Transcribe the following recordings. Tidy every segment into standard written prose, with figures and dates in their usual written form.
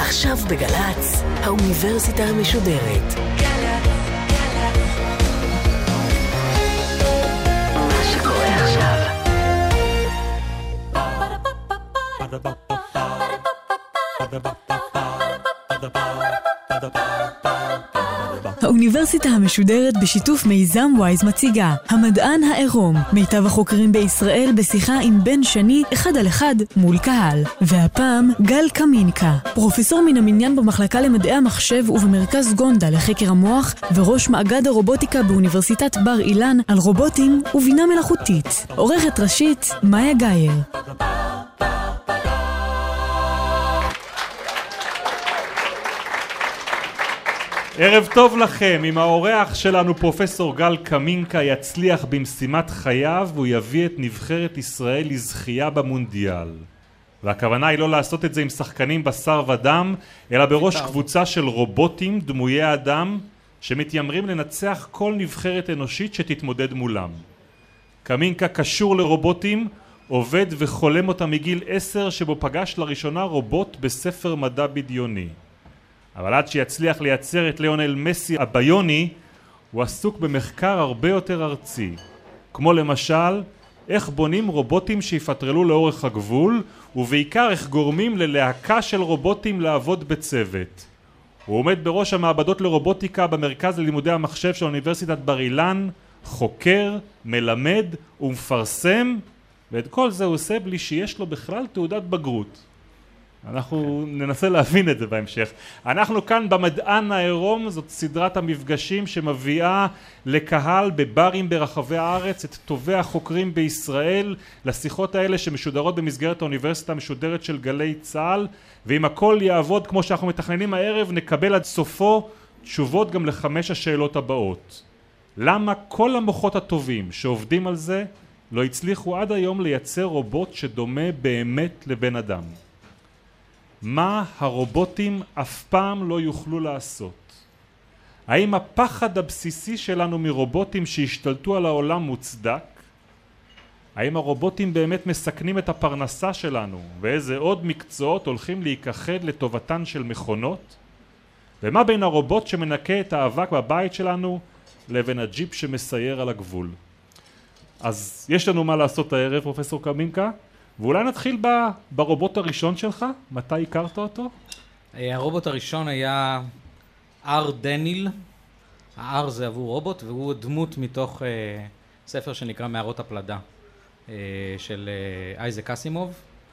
עכשיו בגלץ, האוניברסיטה המשודרת. מה שקורה עכשיו. האוניברסיטה המשודרת בשיתוף מיזם וויז מציגה המדען העירום, מיטב החוקרים בישראל בשיחה עם בן שני אחד על אחד מול קהל. והפעם גל קמינקה, פרופסור מן המניין במחלקה למדעי המחשב ובמרכז גונדה לחקר המוח וראש מאגד הרובוטיקה באוניברסיטת בר אילן על רובוטים ובינה מלאכותית. עורכת ראשית מאיה גייר. ערב טוב לכם. עם האורח שלנו פרופסור גל קמינקה יצליח במשימת חייו והוא יביא את נבחרת ישראל לזכייה במונדיאל. והכוונה היא לא לעשות את זה עם שחקנים בשר ודם, אלא בראש קבוצה של רובוטים דמויי אדם שמתיימרים לנצח כל נבחרת אנושית שתתמודד מולם. קמינקה קשור לרובוטים, עובד וחולם אותם מגיל 10 שבו פגש לראשונה רובוט בספר מדע בדיוני. אבל עד שיצליח לייצר את ליונל מסי הביוני, הוא עסוק במחקר הרבה יותר ארצי. כמו למשל, איך בונים רובוטים שיפטרלו לאורך הגבול, ובעיקר איך גורמים ללהקה של רובוטים לעבוד בצוות. הוא עומד בראש המעבדות לרובוטיקה במרכז ללימודי המחשב של אוניברסיטת בר אילן, חוקר, מלמד ומפרסם, ואת כל זה הוא עושה בלי שיש לו בכלל תעודת בגרות. אנחנו ננסה להבין את זה בהמשך. אנחנו כאן במדען העירום, זאת סדרת המפגשים שמביאה לקהל בברים ברחבי הארץ את טובי החוקרים בישראל לשיחות האלה שמשודרות במסגרת האוניברסיטה המשודרת של גלי צה"ל, ואם הכל יעבוד כמו שאנחנו מתכננים הערב נקבל עד סופו תשובות גם ל5 השאלות הבאות. למה כל המוחות הטובים שעובדים על זה לא הצליחו עד היום לייצר רובוט שדומה באמת לבן אדם? מה הרובוטים אף פעם לא יוכלו לעשות? האם הפחד הבסיסי שלנו מרובוטים שהשתלטו על העולם מוצדק? האם הרובוטים באמת מסכנים את הפרנסה שלנו? ואיזה עוד מקצועות הולכים להיכחד לטובתן של מכונות? ומה בין הרובוט שמנקה את האבק בבית שלנו לבין הג'יפ שמסייר על הגבול? אז יש לנו מה לעשות הערב, פרופסור קמינקה. ואולי נתחיל ברובוט הראשון שלך. מתי הכרת אותו? הרובוט הראשון היה אר דניל. האר זה עבור רובוט, והוא דמות מתוך ספר שנקרא מערות הפלדה של אייזק אסימוב.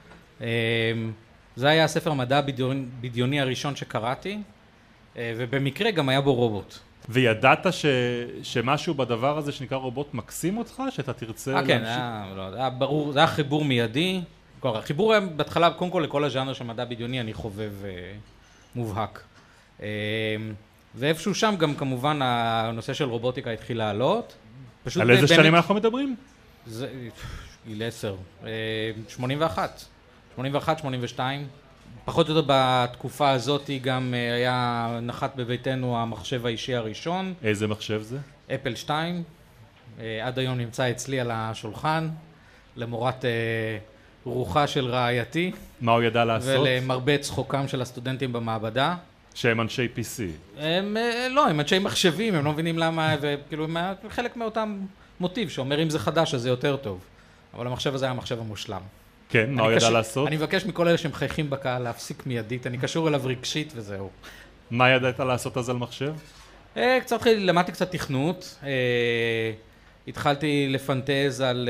זה היה הספר המדע בדיוני הראשון שקראתי, ובמקרה גם היה בו רובוט. וידעת שמשהו בדבר הזה שנקרא רובוט מקסים אותך? שאתה תרצה להמשיך? כן, היה ברור, זה היה חיבור מיידי. החיבור היה בהתחלה, קודם כל לכל הז'אנר של מדע בדיוני, אני חובב מובהק. ואיפשהו שם גם כמובן הנושא של רובוטיקה התחיל לעלות. על איזה שנים אנחנו מדברים? גיל 10, 81, 82. פחות או יותר בתקופה הזאת גם היה נחת בביתנו המחשב האישי הראשון. איזה מחשב זה? אפל 2. עד היום נמצא אצלי על השולחן, למורת רוחה של רעייתי. מה הוא ידע לעשות? ולמרבה צחוקם של הסטודנטים במעבדה. שהם אנשי PC. לא, הם אנשי מחשבים, הם לא מבינים למה, וכאילו חלק מאותם מוטיב שאומר אם זה חדש אז זה יותר טוב. אבל המחשב הזה היה המחשב המושלם. כן, מה הוא ידע לעשות? אני מבקש מכל אלה שמחייכים בקהל להפסיק מיידית, אני קשור אליו רגשית וזהו. מה ידעת לעשות אז על מחשב? למדתי קצת תכנות, התחלתי לפנטז על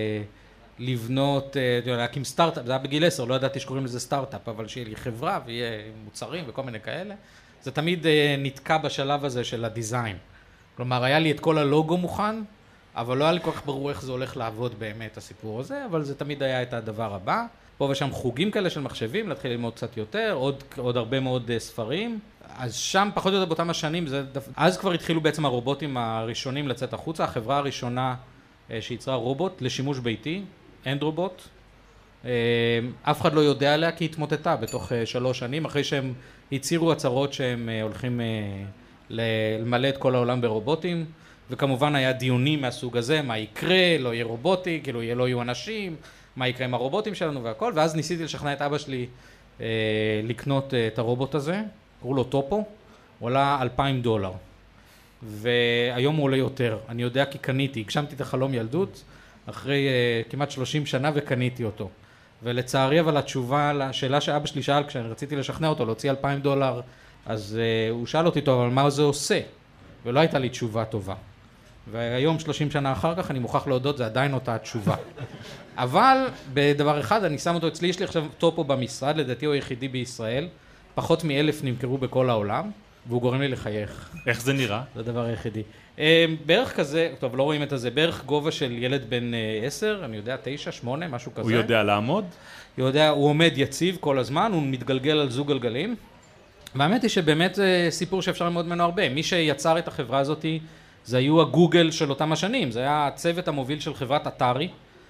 לבנות, להקים סטארט-אפ, זה היה בגיל 10, לא ידעתי שקוראים לזה סטארט-אפ, אבל שיהיה לי חברה ויהיה מוצרים וכל מיני כאלה. זה תמיד נתקע בשלב הזה של הדיזיין. כלומר, היה לי את כל הלוגו מוכן, אבל לא היה לי כל כך ברור איך זה הולך לעבוד באמת הסיפור הזה, אבל זה תמיד היה את הדבר הבא. פה ושם חוגים כאלה של מחשבים, להתחיל ללמוד קצת יותר, עוד הרבה מאוד ספרים. אז שם פחות או יותר באותם השנים, אז כבר התחילו בעצם הרובוטים הראשונים לצאת החוצה. החברה הראשונה שיצרה רובוט לשימוש ביתי, אנדרובוט. אף אחד לא יודע עליה כי התמוטטה בתוך 3 שנים, אחרי שהם הצהירו הצהרות שהם הולכים למלא את כל העולם ברובוטים. וכמובן היה דיונים מהסוג הזה, מה יקרה, לא יהיה רובוטי, כאילו לא יהיו אנשים, מה יקרה עם הרובוטים שלנו והכל, ואז ניסיתי לשכנע את אבא שלי לקנות את הרובוט הזה, קראו לו טופו, הוא עולה $2,000, והיום הוא עולה יותר. אני יודע כי קניתי, הגשמתי את החלום ילדות, אחרי כמעט 30 שנה וקניתי אותו. ולצערי אבל התשובה לשאלה שאבא שלי שאל כשאני רציתי לשכנע אותו להוציא $2,000, אז הוא שאל אותי טוב, אבל מה זה עושה? ולא הייתה לי תשובה טובה. והיום 30 שנה אחר כך אני מוכרח להודות, זה עדיין אותה התשובה. אבל בדבר אחד, אני שם אותו אצלי, יש לי עכשיו טופו במשרד, לדעתי הוא היחידי בישראל, פחות מ1,000 נמכרו בכל העולם, והוא גורם לי לחייך. איך זה נראה? זה הדבר היחידי. בערך כזה, טוב, לא רואים את זה, בערך גובה של ילד בן 10, אני יודע, 9, 8, משהו כזה. הוא יודע לעמוד? הוא יודע, הוא עומד יציב כל הזמן, הוא מתגלגל על זוג גלגלים. והאמת היא שבאמת זה סיפור שאפשר ללמוד ממנו הרבה. מי שיצר את החברה הזאת, זה היו הגוגל של אותם השנים. זה היה הצוות המוביל של חברת אתרי,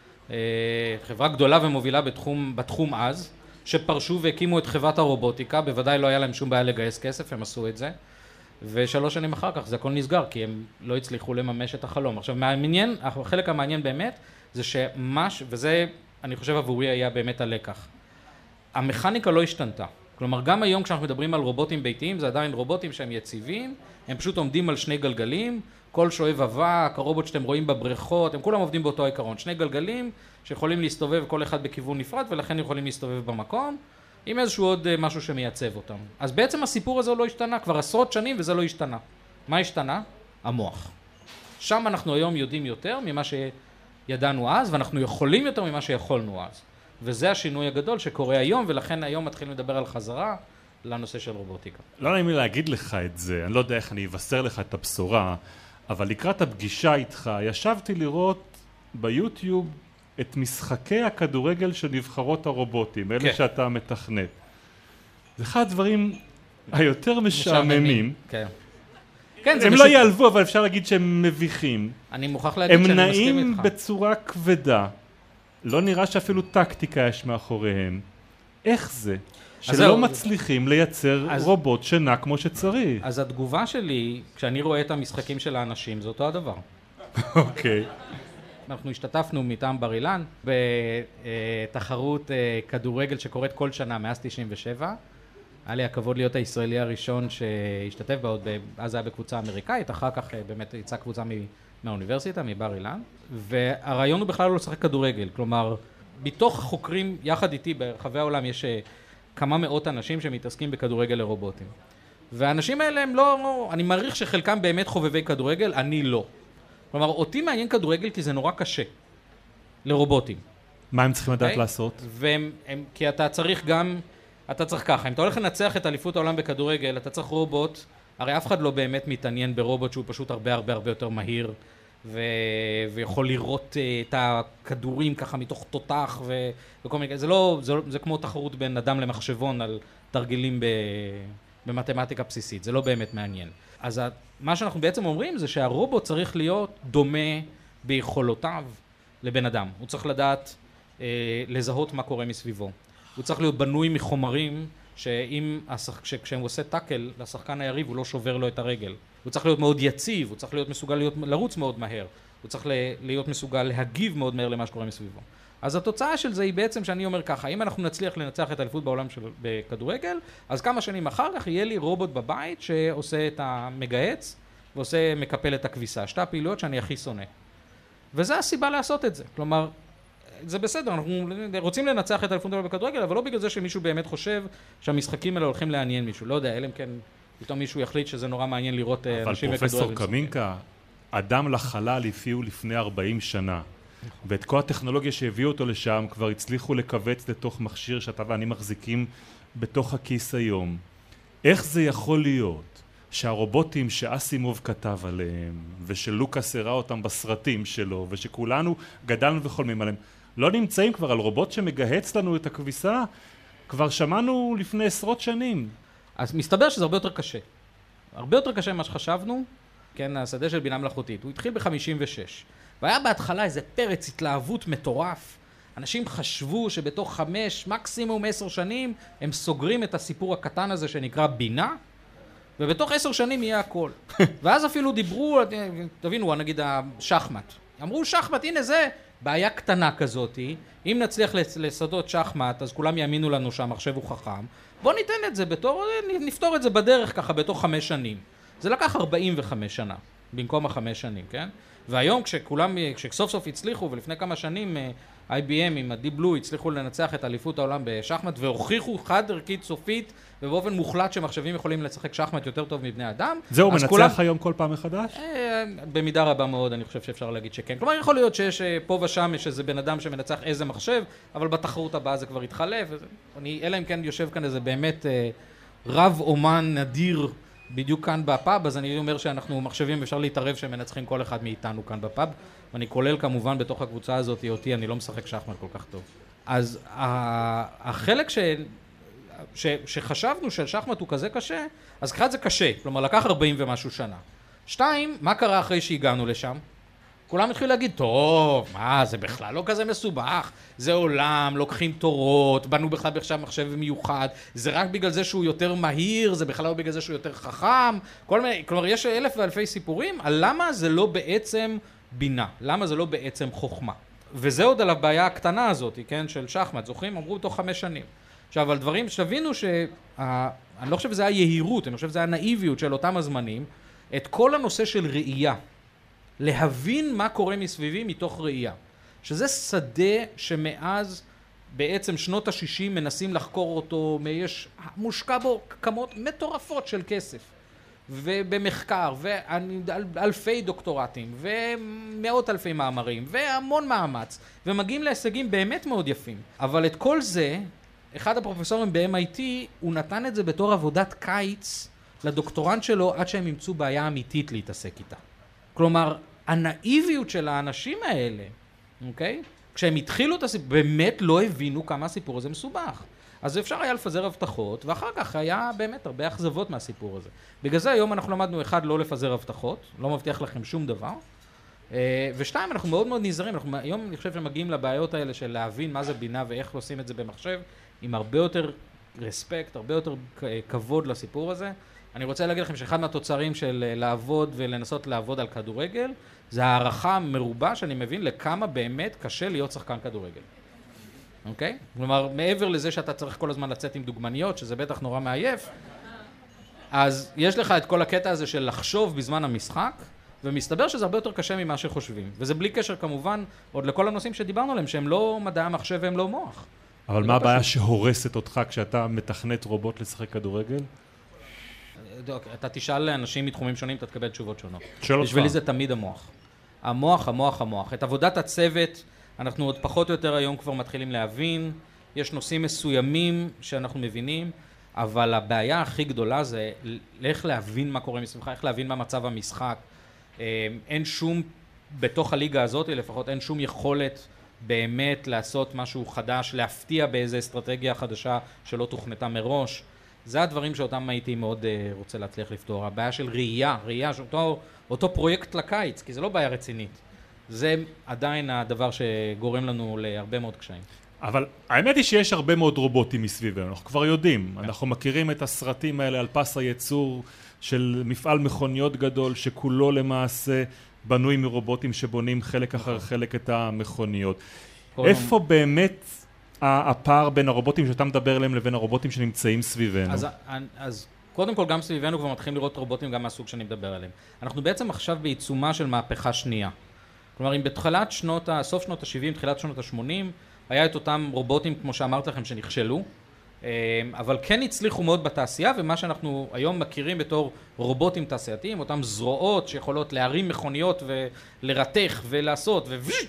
חברה גדולה ומובילה בתחום אז, שפרשו והקימו את חברת הרובוטיקה, בוודאי לא היה להם שום בעיה לגייס כסף, הם עשו את זה. ו3 שנים אחר כך זה הכל נסגר, כי הם לא הצליחו לממש את החלום. עכשיו, החלק המעניין באמת, זה וזה, אני חושב עבורי היה באמת הלקח. המכניקה לא השתנתה. כלומר, גם היום כשאנחנו מדברים על רובוטים ביתיים, זה עדיין רובוטים שהם יציבים, הם פשוט עומדים על 2 גלגלים, כל שואב אבק, הרובוט שאתם רואים בבריכות, הם כולם עובדים באותו עיקרון, 2 גלגלים שיכולים להסתובב כל אחד בכיוון נפרד, ולכן יכולים להסתובב במקום, עם איזשהו עוד משהו שמייצב אותם. אז בעצם הסיפור הזה לא השתנה, כבר עשרות שנים וזה לא השתנה. מה השתנה? המוח. שם אנחנו היום יודעים יותר ממה שידענו אז, ואנחנו יכולים יותר ממה שיכולנו אז. וזה השינוי הגדול שקורה היום, ולכן היום מתחילים לדבר על חזרה לנושא של רובוטיקה. לא נעים לי להגיד לך את זה, אני לא יודע איך אני אבשר לך את הבשורה, אבל לקראת הפגישה איתך ישבתי לראות ביוטיוב את משחקי הכדורגל של נבחרות הרובוטים, אלה כן. שאתה מתכנת. זה אחד הדברים היותר משעממים. כן. כן, הם לא ייעלבו, אבל אפשר להגיד שהם מביכים. אני מוכרח להגיד שאני מסכים איתך. הם נעים בצורה כבדה. לא נראה שאפילו טקטיקה יש מאחוריהם. איך זה? שלא מצליחים לייצר רובוט שנע כמו שצריך. אז התגובה שלי, כשאני רואה את המשחקים של האנשים, זה אותו הדבר. אוקיי. אנחנו השתתפנו מטעם בר אילן בתחרות כדורגל שקורית כל שנה מאז 97. היה לי הכבוד להיות הישראלי הראשון שהשתתף בה, אז היה בקבוצה אמריקאית, אחר כך באמת יצאה קבוצה מהאוניברסיטה, מבר אילן, והרעיון הוא בכלל לא לשחק כדורגל, כלומר, בתוך החוקרים, יחד איתי ברחבי העולם יש כמה מאות אנשים שמתעסקים בכדורגל לרובוטים. והאנשים האלה הם לא, אני מעריך שחלקם באמת חובבי כדורגל, אני לא. כלומר, אותי מעניין כדורגל כי זה נורא קשה לרובוטים. מה הם צריכים לדעת לעשות? כי אתה צריך גם, אתה צריך ככה, אם אתה הולך לנצח את אליפות העולם בכדורגל, אתה צריך רובוט, הרי אף אחד לא באמת מתעניין ברובוט שהוא פשוט הרבה הרבה הרבה יותר מהיר, ויכול לראות את הכדורים ככה מתוך תותח וכל מיני, זה כמו תחרות בין אדם למחשבון על תרגילים במתמטיקה בסיסית, זה לא באמת מעניין. אז מה שאנחנו בעצם אומרים זה שהרובוט צריך להיות דומה ביכולותיו לבן אדם. הוא צריך לדעת לזהות מה קורה מסביבו. הוא צריך להיות בנוי מחומרים כשהוא עושה טאקל לשחקן היריב הוא לא שובר לו את הרגל. הוא צריך להיות מאוד יציב, הוא צריך להיות מסוגל לרוץ מאוד מהר. הוא צריך להיות מסוגל להגיב מאוד מהר למה שקורה מסביבו. אז התוצאה של זה היא בעצם שאני אומר ככה, אם אנחנו נצליח לנצח את האליפות בעולם בכדורגל, אז כמה שנים אחר כך יהיה לי רובוט בבית שעושה את המגהץ מקפל את הכביסה. 2 הפעילויות שאני הכי שונא. וזה הסיבה לעשות את זה. כלומר, זה בסדר, אנחנו רוצים לנצח את האליפות בעולם בכדורגל, אבל לא בגלל זה שמישהו באמת חושב שהמשחקים האלה הולכים לעניין מישהו. לא יודע, אלא אם כן פתאום מישהו יחליט שזה נורא מעניין לראות אנשים בכדורגל. אבל פרופסור קמינקה, אדם לחלל הביאו לפני 40 שנה. ואת כל הטכנולוגיה שהביאו אותו לשם כבר הצליחו לקבץ לתוך מכשיר שאתה ואני מחזיקים בתוך הכיס היום. איך זה יכול להיות שהרובוטים שאסימוב כתב עליהם ושלוקאס הראה אותם בסרטים שלו ושכולנו גדלנו וחולמים עליהם לא נמצאים כבר על רובוט שמגהץ לנו את הכביסה? כבר שמענו לפני עשרות שנים. אז מסתבר שזה הרבה יותר קשה. הרבה יותר קשה ממה שחשבנו. כן, השדה של בינה מלאכותית. הוא התחיל ב-56. והיה בהתחלה איזה פרץ התלהבות מטורף. אנשים חשבו שבתוך 5, מקסימום 10 שנים, הם סוגרים את הסיפור הקטן הזה שנקרא בינה, ובתוך 10 שנים יהיה הכל. ואז אפילו דיברו, תבינו, נגיד השחמט. אמרו שחמט, הנה זה, בעיה קטנה כזאת, אם נצליח לסדות שחמט, אז כולם יאמינו לנו שהמחשב הוא חכם, בוא ניתן את זה נפתור את זה בדרך ככה בתוך 5 שנים. זה לקח 45 שנה, במקום 5 שנים, כן? והיום כשסוף סוף הצליחו, ולפני כמה שנים IBM עם ה-Deep Blue הצליחו לנצח את אליפות העולם בשחמט, והוכיחו חד ערכית סופית, ובאופן מוחלט שמחשבים יכולים לשחק שחמט יותר טוב מבני אדם. זהו, מנצח היום כל פעם מחדש? במידה רבה מאוד, אני חושב שאפשר להגיד שכן. כלומר, יכול להיות שיש פה ושם יש איזה בן אדם שמנצח איזה מחשב, אבל בתחרות הבאה זה כבר יתחלף. אלא אם כן יושב כאן איזה באמת רב אומן נדיר, בדיוק כאן בפאב, אז אני אומר שאנחנו מחשבים, אפשר להתערב שמנצחים כל אחד מאיתנו כאן בפאב, ואני כולל כמובן בתוך הקבוצה הזאת, אותי, אני לא משחק שחמט כל כך טוב. אז החלק שחשבנו ששחמט הוא כזה קשה, אז אחד זה קשה, כלומר לקח 40 ומשהו שנה. 2, מה קרה אחרי שהגענו לשם? כולם התחילו להגיד, טוב, מה, זה בכלל לא כזה מסובך, זה עולם, לוקחים תורות, בנו בכלל עכשיו מחשב מיוחד, זה רק בגלל זה שהוא יותר מהיר, זה בכלל לא בגלל זה שהוא יותר חכם, כלומר, יש 1,000 ואלפי סיפורים על למה זה לא בעצם בינה, למה זה לא בעצם חוכמה. וזה עוד על הבעיה הקטנה הזאת, כן, של שחמט, זוכרים? אמרו תוך 5 שנים. עכשיו, על דברים שתבינו אני לא חושב שזה היה יהירות, אני חושב שזה היה נאיביות של אותם הזמנים, את כל הנושא של ראייה. להבין מה קורה מסביבי מתוך ראייה. שזה שדה שמאז בעצם שנות ה-60 מנסים לחקור אותו, יש מושקע בו כמות מטורפות של כסף. ובמחקר, ואלפי דוקטורטים, ומאות אלפי מאמרים, והמון מאמץ, ומגיעים להישגים באמת מאוד יפים. אבל את כל זה, אחד הפרופסורים ב-MIT, הוא נתן את זה בתור עבודת קיץ לדוקטורנט שלו, עד שהם ימצאו בעיה אמיתית להתעסק איתה. כלומר, הנאיביות של האנשים האלה, אוקיי? כשהם התחילו את הסיפור, באמת לא הבינו כמה הסיפור הזה מסובך. אז אפשר היה לפזר הבטחות, ואחר כך היה באמת הרבה אכזבות מהסיפור הזה. בגלל זה היום אנחנו למדנו, 1, לא לפזר הבטחות, לא מבטיח לכם שום דבר, ו2, אנחנו מאוד מאוד נזהרים, היום אני חושב שמגיעים לבעיות האלה של להבין מה זה בינה ואיך עושים את זה במחשב, עם הרבה יותר רספקט, הרבה יותר כבוד לסיפור הזה. אני רוצה להגיד לכם שאחד מהתוצרים של לעבוד ולנסות לעבוד על כדורגל, זה הערכה מרובה שאני מבין לכמה באמת קשה להיות שחקן כדורגל. אוקיי? כלומר, מעבר לזה שאתה צריך כל הזמן לצאת עם דוגמניות, שזה בטח נורא מעייף, אז יש לך את כל הקטע הזה של לחשוב בזמן המשחק, ומסתבר שזה הרבה יותר קשה ממה שחושבים. וזה בלי קשר כמובן עוד לכל הנושאים שדיברנו עליהם, שהם לא מדעי המחשב והם לא מוח. אבל מה הבעיה שהורסת אותך כשאתה מתכנת רובוט לשחק כדורגל? אתה תשאל לאנשים מתחומים שונים, אתה תקבל תשובות שונות. בשבילי זה תמיד המוח. המוח. את עבודת הצוות, אנחנו עוד פחות או יותר היום כבר מתחילים להבין, יש נושאים מסוימים שאנחנו מבינים, אבל הבעיה הכי גדולה זה איך להבין מה קורה מסביבך, איך להבין מה מצב המשחק. אין שום, בתוך הליגה הזאת לפחות, אין שום יכולת באמת לעשות משהו חדש, להפתיע באיזו אסטרטגיה חדשה שלא תוכנתה מראש. זה הדברים שאותם הייתי מאוד רוצה להצליח לפתור. הבעיה של ראייה, אותו פרויקט לקיץ, כי זה לא בעיה רצינית. זה עדיין הדבר שגורם לנו להרבה מאוד קשיים. אבל האמת היא שיש הרבה מאוד רובוטים מסביבנו, אנחנו כבר יודעים. אנחנו מכירים את הסרטים האלה על פס הייצור של מפעל מכוניות גדול, שכולו למעשה בנוי מרובוטים שבונים חלק אחר חלק את המכוניות. איפה באמת הפער בין הרובוטים שאתה מדבר עליהם לבין הרובוטים שנמצאים סביבנו? אז קודם כל גם סביבנו כבר מתחילים לראות רובוטים גם מהסוג שאני מדבר עליהם. אנחנו בעצם עכשיו בעיצומה של מהפכה שנייה. כלומר, אם בתחילת סוף שנות ה-70, תחילת שנות ה-80, היה את אותם רובוטים, כמו שאמרתי לכם, שנכשלו, אבל כן הצליחו מאוד בתעשייה, ומה שאנחנו היום מכירים בתור רובוטים תעשייתיים, אותם זרועות שיכולות להרים מכוניות ולרתך ולעשות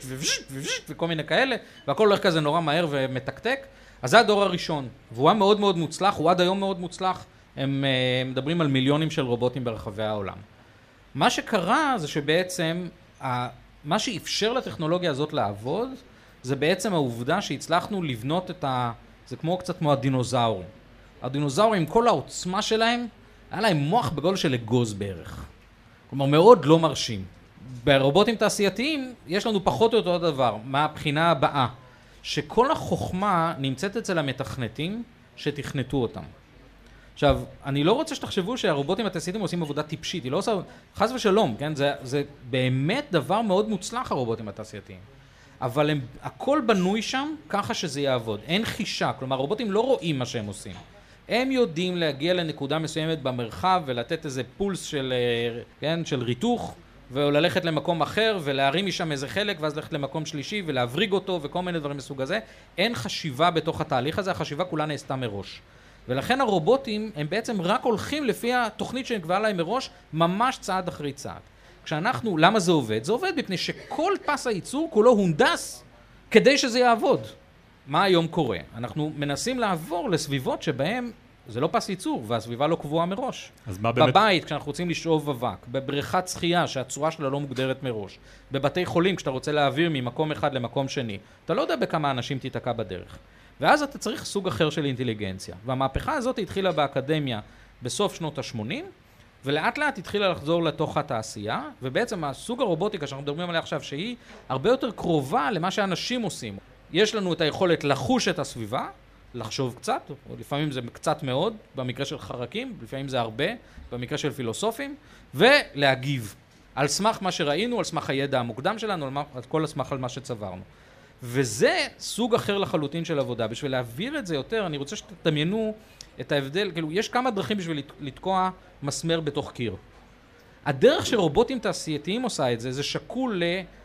וכל מיני כאלה, והכל הולך כזה נורא מהר ומתקתק. אז זה הדור הראשון, והוא היה מאוד מאוד מוצלח, הוא עד היום מאוד מוצלח, הם מדברים על מיליונים של רובוטים ברחבי העולם. מה שקרה זה שבעצם, מה שאפשר לטכנולוגיה הזאת לעבוד, זה בעצם העובדה שהצלחנו לבנות זה קצת כמו הדינוזאורים. הדינוזאורים עם כל העוצמה שלהם, היה להם מוח בגודל של אגוז בערך. כלומר, מאוד לא מרשים. ברובוטים תעשייתיים יש לנו פחות או יותר דבר. מה הבחינה הבאה? שכל החוכמה נמצאת אצל המתכנתים שתכנתו אותם. עכשיו, אני לא רוצה שתחשבו שהרובוטים התעשייתיים עושים עבודה טיפשית. היא לא עושה, חס ושלום, כן? זה באמת דבר מאוד מוצלח, הרובוטים התעשייתיים. אבל הכל בנוי שם ככה שזה יעבוד. אין חישה, כלומר רובוטים לא רואים מה שהם עושים. הם יודעים להגיע לנקודה מסוימת במרחב ולתת איזה פולס של ריתוך, וללכת למקום אחר ולהרים משם איזה חלק ואז ללכת למקום שלישי ולהבריג אותו וכל מיני דברים מסוג הזה. אין חשיבה בתוך התהליך הזה, החשיבה כולה נעשתה מראש. ולכן הרובוטים הם בעצם רק הולכים לפי התוכנית שנקבעה להם מראש, ממש צעד אחרי צעד. כשאנחנו, למה זה עובד? זה עובד מפני שכל פס הייצור כולו הונדס כדי שזה יעבוד. מה היום קורה? אנחנו מנסים לעבור לסביבות שבהם זה לא פס ייצור, והסביבה לא קבועה מראש. אז מה באמת? בבית, כשאנחנו רוצים לשאוב אבק, בבריכת שחייה, שהצורה שלה לא מוגדרת מראש, בבתי חולים, כשאתה רוצה להעביר ממקום אחד למקום שני, אתה לא יודע בכמה אנשים תיתקע בדרך. ואז אתה צריך סוג אחר של אינטליגנציה. והמהפכה הזאת התחילה באקדמיה בסוף שנות ה-80, ולאט לאט התחילה לחזור לתוך התעשייה, ובעצם הסוג הרובוטיקה שאנחנו מדברים עליה עכשיו, שהיא הרבה יותר קרובה למה שאנשים עושים. יש לנו את היכולת לחוש את הסביבה, לחשוב קצת, או לפעמים זה קצת מאוד, במקרה של חרקים, לפעמים זה הרבה, במקרה של פילוסופים, ולהגיב על סמך מה שראינו, על סמך הידע המוקדם שלנו, על כל הסמך על מה שצברנו. וזה סוג אחר לחלוטין של עבודה. בשביל להעביר את זה יותר, אני רוצה שתדמיינו את ההבדל, כאילו, יש כמה דרכים בשביל לתקוע מסמר בתוך קיר. הדרך שרובוטים תעשייתיים עושה את זה, זה שקול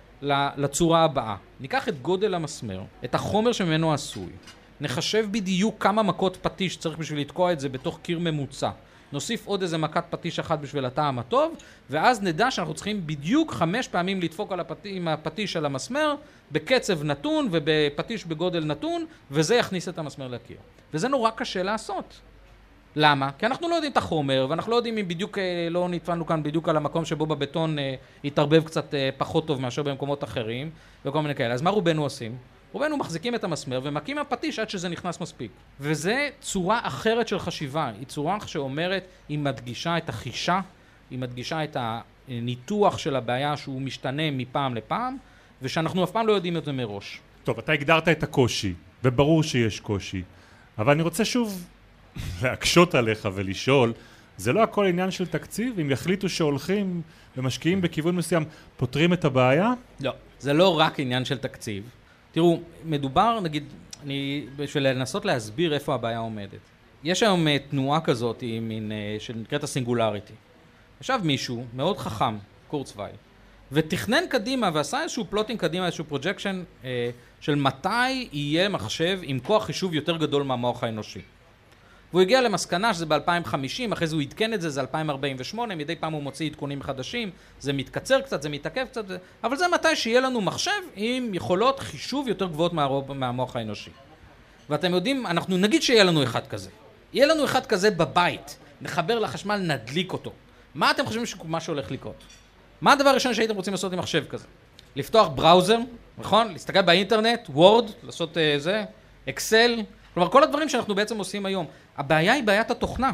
לצורה הבאה. ניקח את גודל המסמר, את החומר שממנו עשוי, נחשב בדיוק כמה מכות פטיש צריך בשביל לתקוע את זה בתוך קיר ממוצע. נוסיף עוד איזה מכת פטיש אחת בשביל הטעם הטוב, ואז נדע שאנחנו צריכים בדיוק 5 פעמים לדפוק עם הפטיש על המסמר, בקצב נתון ובפטיש בגודל נתון, וזה יכניס את המסמר לקיר. וזה נורא קשה לעשות. למה? כי אנחנו לא יודעים את החומר, ואנחנו לא יודעים אם בדיוק לא נתפנו כאן בדיוק על המקום שבו בבטון יתערבב קצת פחות טוב מאשר במקומות אחרים, וכל מיני כאלה. אז מה רובנו עושים? רובנו מחזיקים את המסמר ומקים הפטיש עד שזה נכנס מספיק. וזה צורה אחרת של חשיבה. היא צורה שאומרת, היא מדגישה את החישה, היא מדגישה את הניתוח של הבעיה שהוא משתנה מפעם לפעם, ושאנחנו אף פעם לא יודעים את זה מראש. טוב, אתה הגדרת את הקושי, וברור שיש קושי. אבל אני רוצה שוב להקשות עליך ולשאול, זה לא הכל עניין של תקציב? אם יחליטו שהולכים ומשקיעים בכיוון מסוים, פותרים את הבעיה? לא, זה לא רק עניין של תקציב. תראו, מדובר, נגיד, בשביל לנסות להסביר איפה הבעיה עומדת. יש היום תנועה כזאת שנקראת הסינגולריטי. עכשיו מישהו מאוד חכם, קורצווייל, ותכנן קדימה ועשה איזשהו פלוטינג קדימה, איזשהו פרוג'קשן של מתי יהיה מחשב עם כוח חישוב יותר גדול מהמוח האנושי. והוא הגיע למסקנה שזה ב-2050, אחרי זה הוא עדכן את זה, זה 2048, מדי פעם הוא מוציא עדכונים חדשים, זה מתקצר קצת, זה מתעכב קצת, אבל זה מתי שיהיה לנו מחשב עם יכולות חישוב יותר גבוהות מהמוח האנושי. ואתם יודעים, אנחנו נגיד שיהיה לנו אחד כזה. יהיה לנו אחד כזה בבית, נחבר לחשמל, נדליק אותו. מה אתם חושבים מה שהולך לקרות? מה הדבר הראשון שהייתם רוצים לעשות עם מחשב כזה? לפתוח בראוזר, נכון? להסתכל באינטרנט, וורד, לעשות זה, אקסל, כלומר, כל הדברים שאנחנו בעצם עושים היום. הבעיה היא בעיית התוכנה.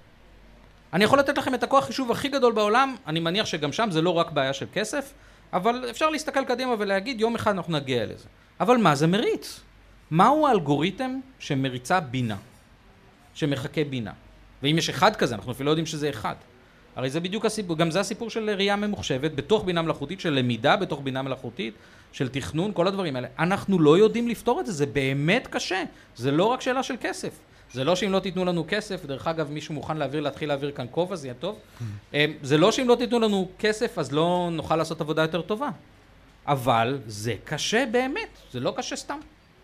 אני יכול לתת לכם את הכוח חישוב הכי גדול בעולם, אני מניח שגם שם זה לא רק בעיה של כסף, אבל אפשר להסתכל קדימה ולהגיד, יום אחד אנחנו נגיע לזה. אבל מה זה מריץ? מהו האלגוריתם שמריצה בינה? שמחכה בינה? ואם יש אחד כזה, אנחנו אפילו לא יודעים שזה אחד. הרי זה בדיוק הסיפור, גם זה הסיפור של ראייה ממוחשבת, בתוך בינה מלאכותית, של למידה בתוך בינה מלאכותית, של תכנון, כל הדברים האלה. אנחנו לא יודעים לפתור את זה, זה באמת קשה. זה לא רק שאלה של כסף. זה לא שאם לא תיתנו לנו כסף, דרך אגב, מישהו מוכן להתחיל להעביר כאן כובע, זה יהיה טוב. זה לא שאם לא תיתנו לנו כסף, אז לא נוכל לעשות עבודה יותר טובה. אבל זה קשה באמת, זה לא קשה סתם.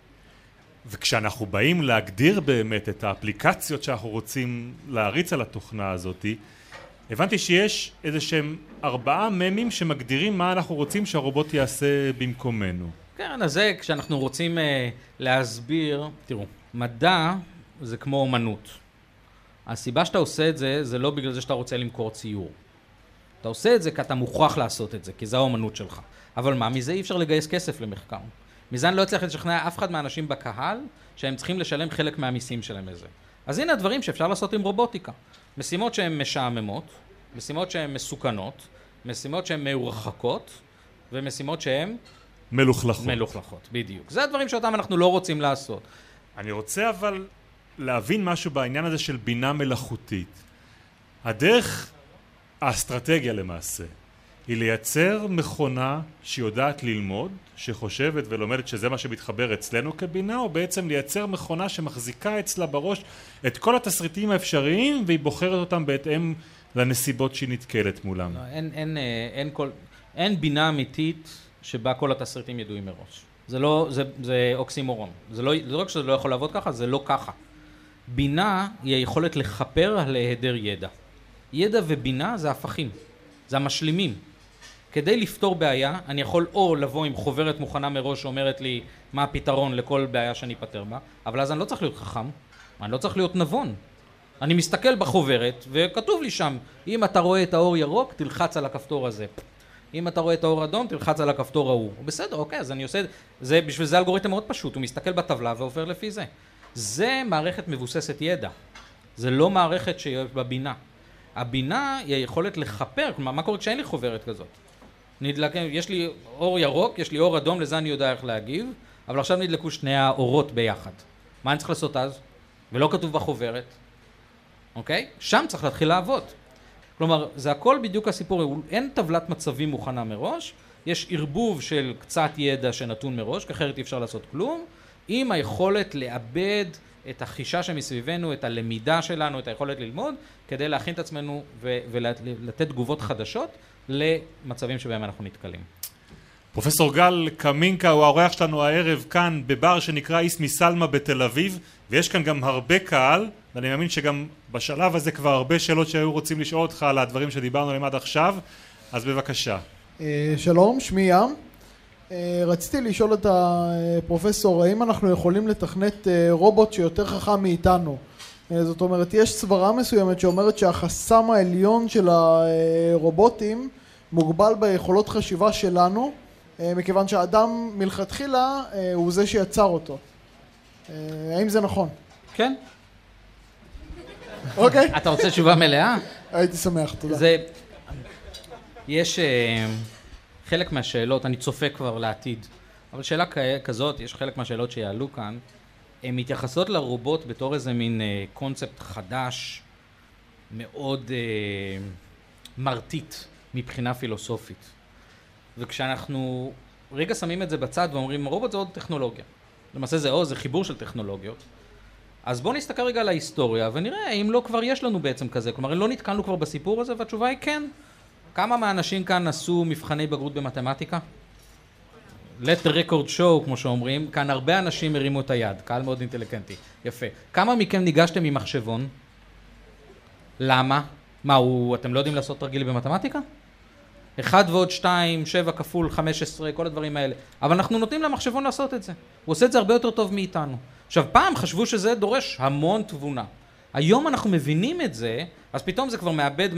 וכשאנחנו באים להגדיר באמת את האפליקציות שאנחנו רוצים להריץ על התוכנה הזאת, הבנתי שיש איזה שהם 4 ממים שמגדירים מה אנחנו רוצים שהרובוט יעשה במקומנו. כן, אז זה כשאנחנו רוצים להסביר, תראו, מדע זה כמו אומנות. הסיבה שאתה עושה את זה, זה לא בגלל זה שאתה רוצה למכור ציור. אתה עושה את זה כי אתה מוכרח לעשות את זה, כי זה האומנות שלך. אבל מה, מזה אי אפשר לגייס כסף למחקר. מזה אני לא אצליח לשכנע אף אחד מהאנשים בקהל שהם צריכים לשלם חלק מהמיסים שלהם לזה. אז הנה הדברים שאפשר לעשות עם רובוטיקה. משימות שהן משעממות, משימות שהן מסוכנות, משימות שהן מרוחקות, ומשימות שהן מלוכלכות, בדיוק. זה הדברים שאותם אנחנו לא רוצים לעשות. אני רוצה אבל להבין משהו בעניין הזה של בינה מלאכותית. הדרך, האסטרטגיה למעשה, היא לייצר מכונה שיודעת ללמוד, שחושבת ולומדת שזה מה שמתחבר אצלנו כבינה, או בעצם לייצר מכונה שמחזיקה אצלה בראש את כל התסריטים האפשריים, והיא בוחרת אותם בהתאם לנסיבות שהיא נתקלת מולם. אין בינה אמיתית שבה כל התסריטים ידועים מראש. זה אוקסימורון. זה לא רק שזה לא יכול לעבוד ככה, זה לא ככה. בינה היא היכולת לחפר על היעדר ידע. ידע ובינה זה הפכים, זה המשלימים. כדי לפתור בעיה, אני יכול או לבוא עם חוברת מוכנה מראש שאומרת לי מה הפתרון לכל בעיה שאני אפתר בה, אבל אז אני לא צריך להיות חכם, אני לא צריך להיות נבון. אני מסתכל בחוברת וכתוב לי שם, אם אתה רואה את האור ירוק, תלחץ על הכפתור הזה. אם אתה רואה את האור אדום, תלחץ על הכפתור ההוא. בסדר, אוקיי, אז אני עושה, בשביל זה אלגוריתם מאוד פשוט, הוא מסתכל בטבלה ועובר לפי זה. זה מערכת מבוססת ידע. זה לא מערכת שיש בבינה. הבינה היא היכולת לחפר, כלומר, מה קורה כשאין לי חוברת כזאת? יש לי אור ירוק, יש לי אור אדום, לזה אני יודע איך להגיב, אבל עכשיו נדלקו שני האורות ביחד. מה אני צריך לעשות אז? ולא כתוב בחוברת. אוקיי? שם צריך להתחיל לעבוד. כלומר, זה הכל בדיוק הסיפור, אין טבלת מצבים מוכנה מראש, יש ערבוב של קצת ידע שנתון מראש, כי אחרת אי אפשר לעשות כלום, עם היכולת לאבד את החישה שמסביבנו, את הלמידה שלנו, את היכולת ללמוד, כדי להכין את עצמנו ולתת תגובות חדשות למצבים שבהם אנחנו נתקלים. פרופסור גל קמינקה הוא האורח שלנו הערב כאן בבר שנקרא איסמי סלמה בתל אביב, ויש כאן גם הרבה קהל, ואני מאמין שגם בשלב הזה כבר הרבה שאלות שהיו רוצים לשאול אותך על הדברים שדיברנו עליהם עד עכשיו, אז בבקשה. שלום, שמי ים. רציתי לשאול את הפרופסור, האם אנחנו יכולים לתכנת רובוט שיותר חכם מאיתנו? זאת אומרת, יש סברה מסוימת שאומרת שהחסם העליון של הרובוטים מוגבל ביכולות חשיבה שלנו, מכיוון שהאדם מלכתחילה הוא זה שיצר אותו. האם זה נכון? כן. אוקיי. אתה רוצה תשובה מלאה? הייתי שמח, תודה. יש חלק מהשאלות, אני צופה כבר לעתיד, אבל שאלה כזאת, יש חלק מהשאלות שיעלו כאן, הן מתייחסות לרובוט בתור איזה מין קונספט חדש, מאוד מרטיט מבחינה פילוסופית. וכשאנחנו רגע שמים את זה בצד ואומרים, רובוט זה עוד טכנולוגיה. למעשה זה חיבור של טכנולוגיות. אז בואו נסתכל רגע על ההיסטוריה ונראה האם לא כבר יש לנו בעצם כזה. כלומר, לא נתקלנו כבר בסיפור הזה, והתשובה היא כן. כמה מהאנשים כאן עשו מבחני בגרות במתמטיקה? Let the record show, כמו שאומרים. כאן הרבה אנשים הרימו את היד. קהל מאוד אינטליגנטי. יפה. כמה מכם ניגשתם ממחשבון? למה? אתם לא יודעים לעשות תרגיל במתמטיקה? 1 ועוד 2, 7 כפול 15, כל הדברים האלה. אבל אנחנו נותנים למחשבון לעשות את זה. הוא עושה את זה הרבה יותר טוב מאיתנו. עכשיו, פעם חשבו שזה דורש המון תבונה. היום אנחנו מבינים את זה, אז פתאום זה כבר מאבד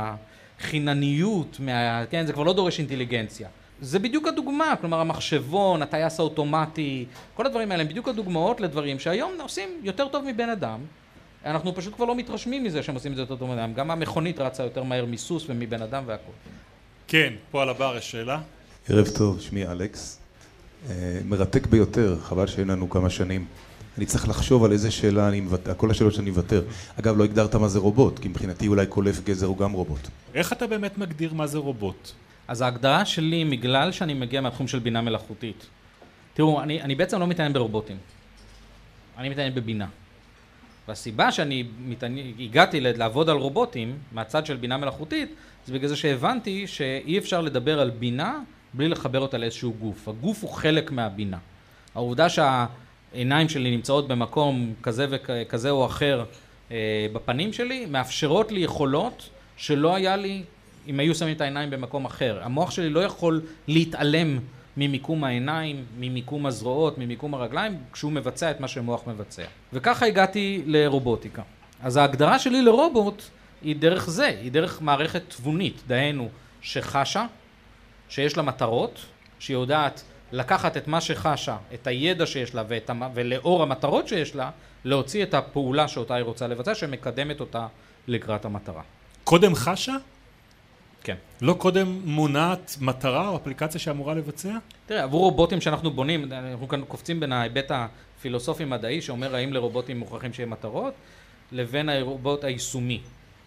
מהחינניות, כן, זה כבר לא דורש אינטליגנציה. זה בדיוק הדוגמה, כלומר המחשבון, הטייס האוטומטי, כל הדברים האלה הם בדיוק הדוגמאות לדברים שהיום עושים יותר טוב מבן אדם. אנחנו פשוט כבר לא מתרשמים מזה שהם עושים את זה יותר טוב מבן אדם. גם המכונית רצה יותר מהר מסוס ומבן אדם והכל. כן, פה על הבר יש שאלה. ערב טוב, שמי אלכס. מרתק ביותר, חבל שאין לנו כמה שנים. אני צריך לחשוב על איזה שאלה אני מוותר, כל השאלות שאני מוותר. אגב, לא הגדרת מה זה רובוט, כי מבחינתי אולי קולף גזר הוא גם רובוט. איך אתה באמת מגדיר מה זה רובוט? אז ההגדרה שלי, בגלל שאני מגיע מהתחום של בינה מלאכותית, תראו, אני בעצם לא מתעניין ברובוטים. אני מתעניין בבינה. והסיבה שאני הגעתי לעבוד על רובוטים מהצד של בינה מלאכותית, זה בגלל זה שהבנתי שאי אפשר לדבר על בינה בלי לחבר אותה לאיזשהו גוף. הגוף הוא חלק מהבינה. העובדה שהעיניים שלי נמצאות במקום כזה וכזה או אחר בפנים שלי, מאפשרות לי יכולות שלא היה לי אם היו שמים את העיניים במקום אחר. המוח שלי לא יכול להתעלם ממיקום העיניים, ממיקום הזרועות, ממיקום הרגליים, כשהוא מבצע את מה שמוח מבצע. וככה הגעתי לרובוטיקה. אז ההגדרה שלי לרובוט היא דרך זה, היא דרך מערכת תבונית, דהיינו שחשה, שיש לה מטרות, שהיא יודעת לקחת את מה שחשה, את הידע שיש לה ולאור המטרות שיש לה, להוציא את הפעולה שאותה היא רוצה לבצע, שמקדמת אותה לקראת המטרה. קודם חשה? כן. לא קודם מונעת מטרה או אפליקציה שאמורה לבצע? תראה, עבור רובוטים שאנחנו בונים, אנחנו כאן קופצים בין ההיבט הפילוסופי-מדעי, שאומר האם לרובוטים מוכרחים שיהיה מטרות, לבין הרובוט היישומי.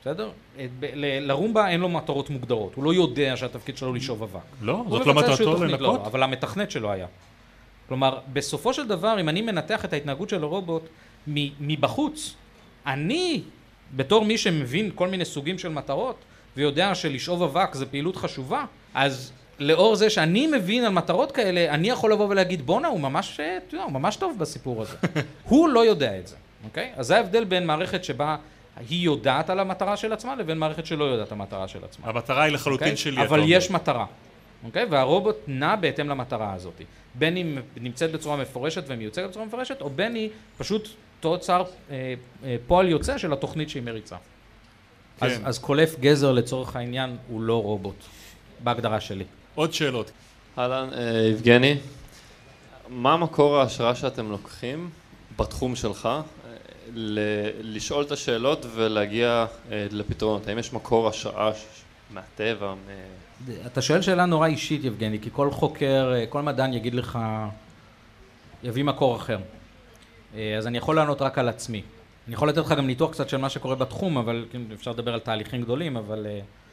בסדר? לרומבה אין לו מטרות מוגדרות, הוא לא יודע שהתפקיד שלו לשאוב אבק. לא, זאת לא מטרתו לנקות? לא, אבל המתכנת שלו היה. כלומר, בסופו של דבר, אם אני מנתח את ההתנהגות של הרובוט מבחוץ, אני, בתור מי שמבין כל מיני סוגים של מטרות, ויודע שלשאוב אבק זה פעילות חשובה, אז לאור זה שאני מבין על מטרות כאלה, אני יכול לבוא ולהגיד, בונה, הוא ממש טוב בסיפור הזה. הוא לא יודע את זה, אוקיי? אז זה ההבדל בין מערכת שבה היא יודעת על המטרה של עצמה, לבין מערכת שלא יודעת על המטרה של עצמה. המטרה היא לחלוטין שלי. אבל יש מטרה, אוקיי? והרובוט נע בהתאם למטרה הזאת. בין היא נמצאת בצורה מפורשת ומיוצגת בצורה מפורשת, או בין היא פשוט תוצר פועל יוצא של התוכנית שהיא מריצה. אז קולף גזר לצורך העניין הוא לא רובוט, בהגדרה שלי. עוד שאלות. אהלן, יבגני, מה מקור ההשראה שאתם לוקחים בתחום שלך לשאול את השאלות ולהגיע לפתרונות? האם יש מקור השראה מהטבע? אתה שואל שאלה נורא אישית, יבגני, כי כל חוקר, כל מדען יגיד לך, יביא מקור אחר. אז אני יכול לענות רק על עצמי. אני יכול לתת לך גם ניתוח קצת של מה שקורה בתחום, אבל אפשר לדבר על תהליכים גדולים, אבל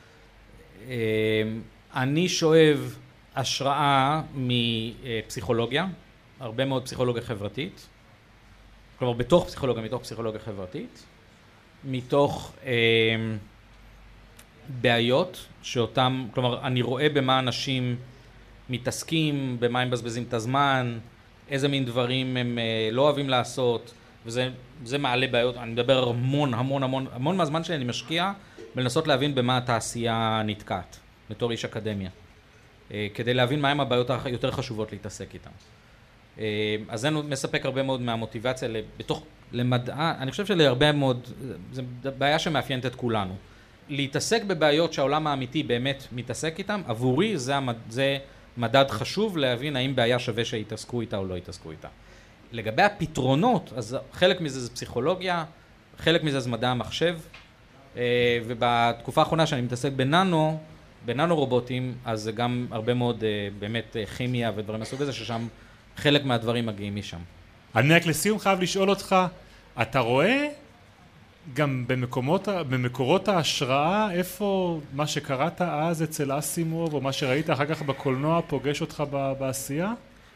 אני שואב השראה מפסיכולוגיה, הרבה מאוד פסיכולוגיה חברתית, כלומר בתוך פסיכולוגיה חברתית, מתוך בעיות שאותם, כלומר אני רואה במה אנשים מתעסקים, במה הם מבזבזים את הזמן, איזה מין דברים הם לא אוהבים לעשות, וזה מעלה בעיות. אני מדבר המון מהזמן שלי אני משקיע בלנסות להבין במה התעשייה נתקעת, בתור איש אקדמיה, כדי להבין מהם הבעיות היותר חשובות להתעסק איתן. אז זה מספק הרבה מאוד מהמוטיבציה למדע, אני חושב שלהרבה מאוד, זו בעיה שמאפיינת את כולנו. להתעסק בבעיות שהעולם האמיתי באמת מתעסק איתן, עבורי זה מדד חשוב להבין האם בעיה שווה שיתעסקו איתה או לא יתעסקו איתה. לגבי הפתרונות, אז חלק מזה זה פסיכולוגיה, חלק מזה זה מדע המחשב, ובתקופה האחרונה שאני מתעסק בננו רובוטים, אז זה גם הרבה מאוד באמת כימיה ודברים מהסוג הזה, ששם חלק מהדברים מגיעים משם. אני רק לסיום חייב לשאול אותך, אתה רואה גם במקורות ההשראה, איפה מה שקראת אז אצל אסימוב, או מה שראית אחר כך בקולנוע פוגש אותך בעשייה?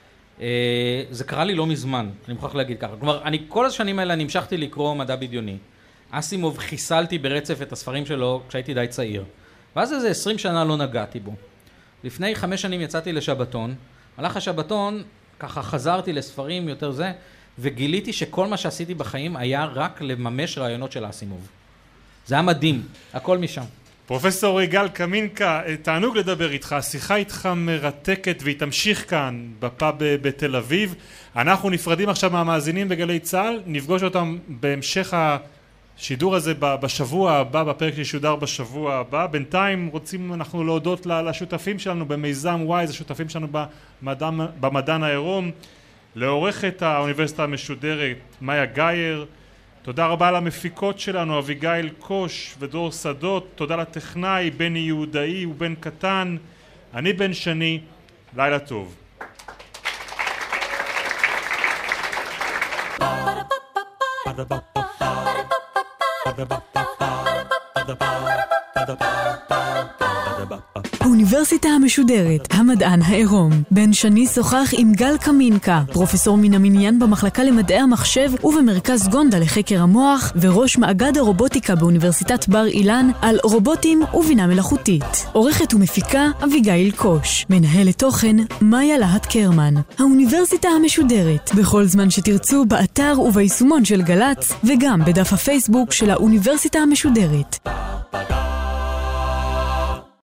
זה קרה לי לא מזמן, אני מוכרח להגיד ככה. כלומר, כל השנים האלה נמשכתי לקרוא מדע בדיוני. אסימוב חיסלתי ברצף את הספרים שלו כשהייתי די צעיר. ואז איזה 20 שנה לא נגעתי בו. לפני 5 שנים יצאתי לשבתון, הלך השבתון, ככה חזרתי לספרים יותר זה, וגיליתי שכל מה שעשיתי בחיים היה רק לממש רעיונות של אסימוב. זה היה מדהים, הכל משם. פרופסור גל קמינקה, תענוג לדבר איתך, השיחה איתך מרתקת והיא תמשיך כאן בפאב בתל אביב. אנחנו נפרדים עכשיו מהמאזינים בגלי צה"ל, נפגוש אותם בהמשך השידור הזה בשבוע הבא, בפרק שישודר בשבוע הבא. בינתיים רוצים אנחנו להודות לשותפים שלנו במיזם וויז, השותפים שלנו במדען העירום, לעורכת האוניברסיטה המשודרת מאיה גייר, תודה רבה למפיקות שלנו אביגיל קוש ודור שדות, תודה לטכנאי בני יהודאי ובן קטן, אני בן שני, לילה טוב. האוניברסיטה המשודרת, המדען העירום. בן שני שוחח עם גל קמינקה, פרופסור מן המניין במחלקה למדעי המחשב ובמרכז גונדה לחקר המוח, וראש מאגד הרובוטיקה באוניברסיטת בר אילן, על רובוטים ובינה מלאכותית. עורכת ומפיקה אביגיל קוש. מנהלת תוכן מאיה להט קרמן. האוניברסיטה המשודרת, בכל זמן שתרצו, באתר וביישומון של גלץ, וגם בדף הפייסבוק של האוניברסיטה המשודרת.